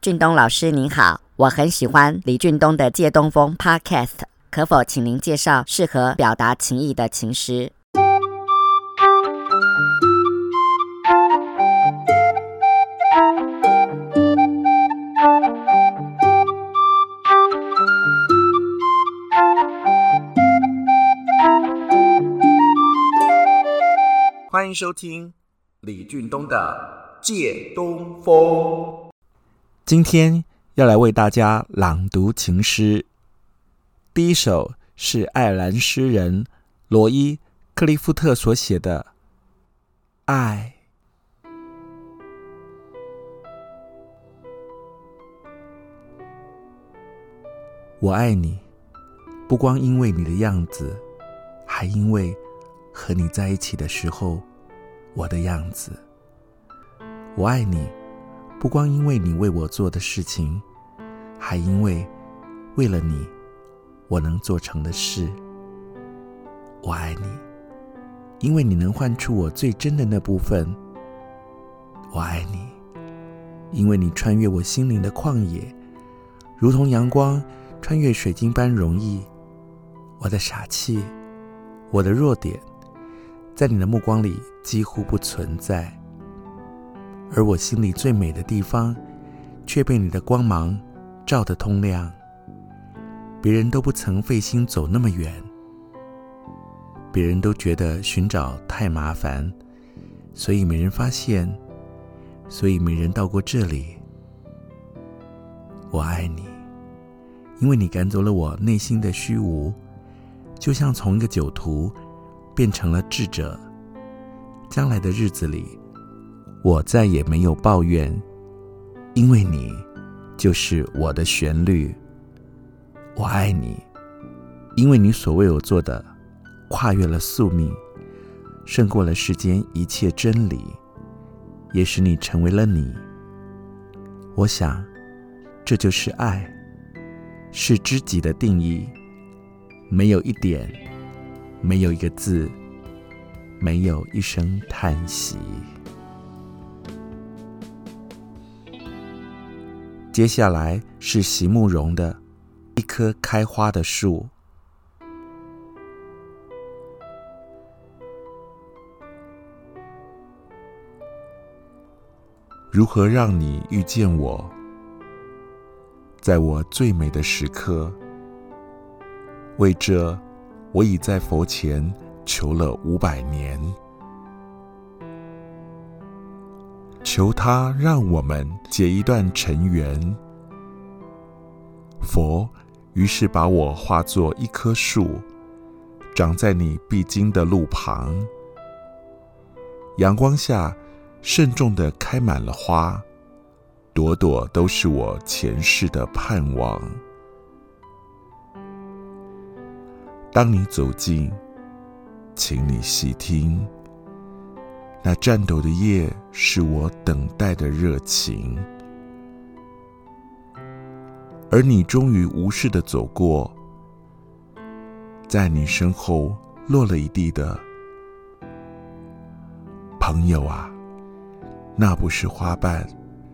俊东老师您好，我很喜欢李俊东的借东风 Podcast， 可否请您介绍适合表达情意的情诗？ 欢迎收听李俊东的借东风。今天要来为大家朗读情诗，第一首是爱尔兰诗人罗伊·克利夫特所写的《爱》。我爱你，不光因为你的样子，还因为和你在一起的时候我的样子。我爱你，不光因为你为我做的事情，还因为为了你我能做成的事。我爱你，因为你能唤出我最真的那部分。我爱你，因为你穿越我心灵的旷野，如同阳光穿越水晶般容易。我的傻气，我的弱点，在你的目光里几乎不存在，而我心里最美的地方却被你的光芒照得通亮。别人都不曾费心走那么远，别人都觉得寻找太麻烦，所以没人发现，所以没人到过这里。我爱你，因为你赶走了我内心的虚无，就像从一个酒徒变成了智者。将来的日子里，我再也没有抱怨，因为你就是我的旋律。我爱你，因为你所为我做的跨越了宿命，胜过了世间一切真理，也使你成为了你。我想这就是爱，是知己的定义。没有一点，没有一个字，没有一声叹息。接下来是席慕容的一棵开花的树。如何让你遇见我，在我最美的时刻？为这，我已在佛前求了500年，求他让我们结一段尘缘。佛于是把我化作一棵树，长在你必经的路旁，阳光下慎重地开满了花，朵朵都是我前世的盼望。当你走近，请你细听，那颤抖的叶是我等待的热情。而你终于无视地走过，在你身后落了一地的朋友啊，那不是花瓣，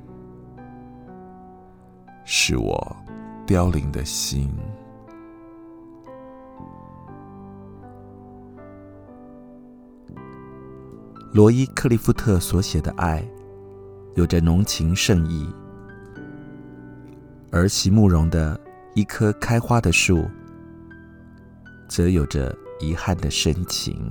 是我凋零的心。罗伊·克利夫特所写的爱有着浓情盛意，而席慕容的一棵开花的树则有着遗憾的深情。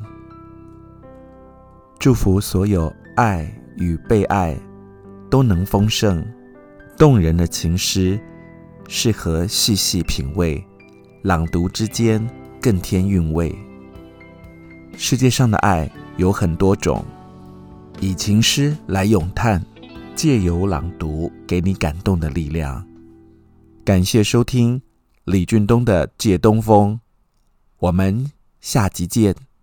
祝福所有爱与被爱都能丰盛，动人的情诗适合细细品味，朗读之间更添韵味。世界上的爱有很多种，以情诗来咏叹，借由朗读给你感动的力量。感谢收听李俊东的借东风，我们下集见。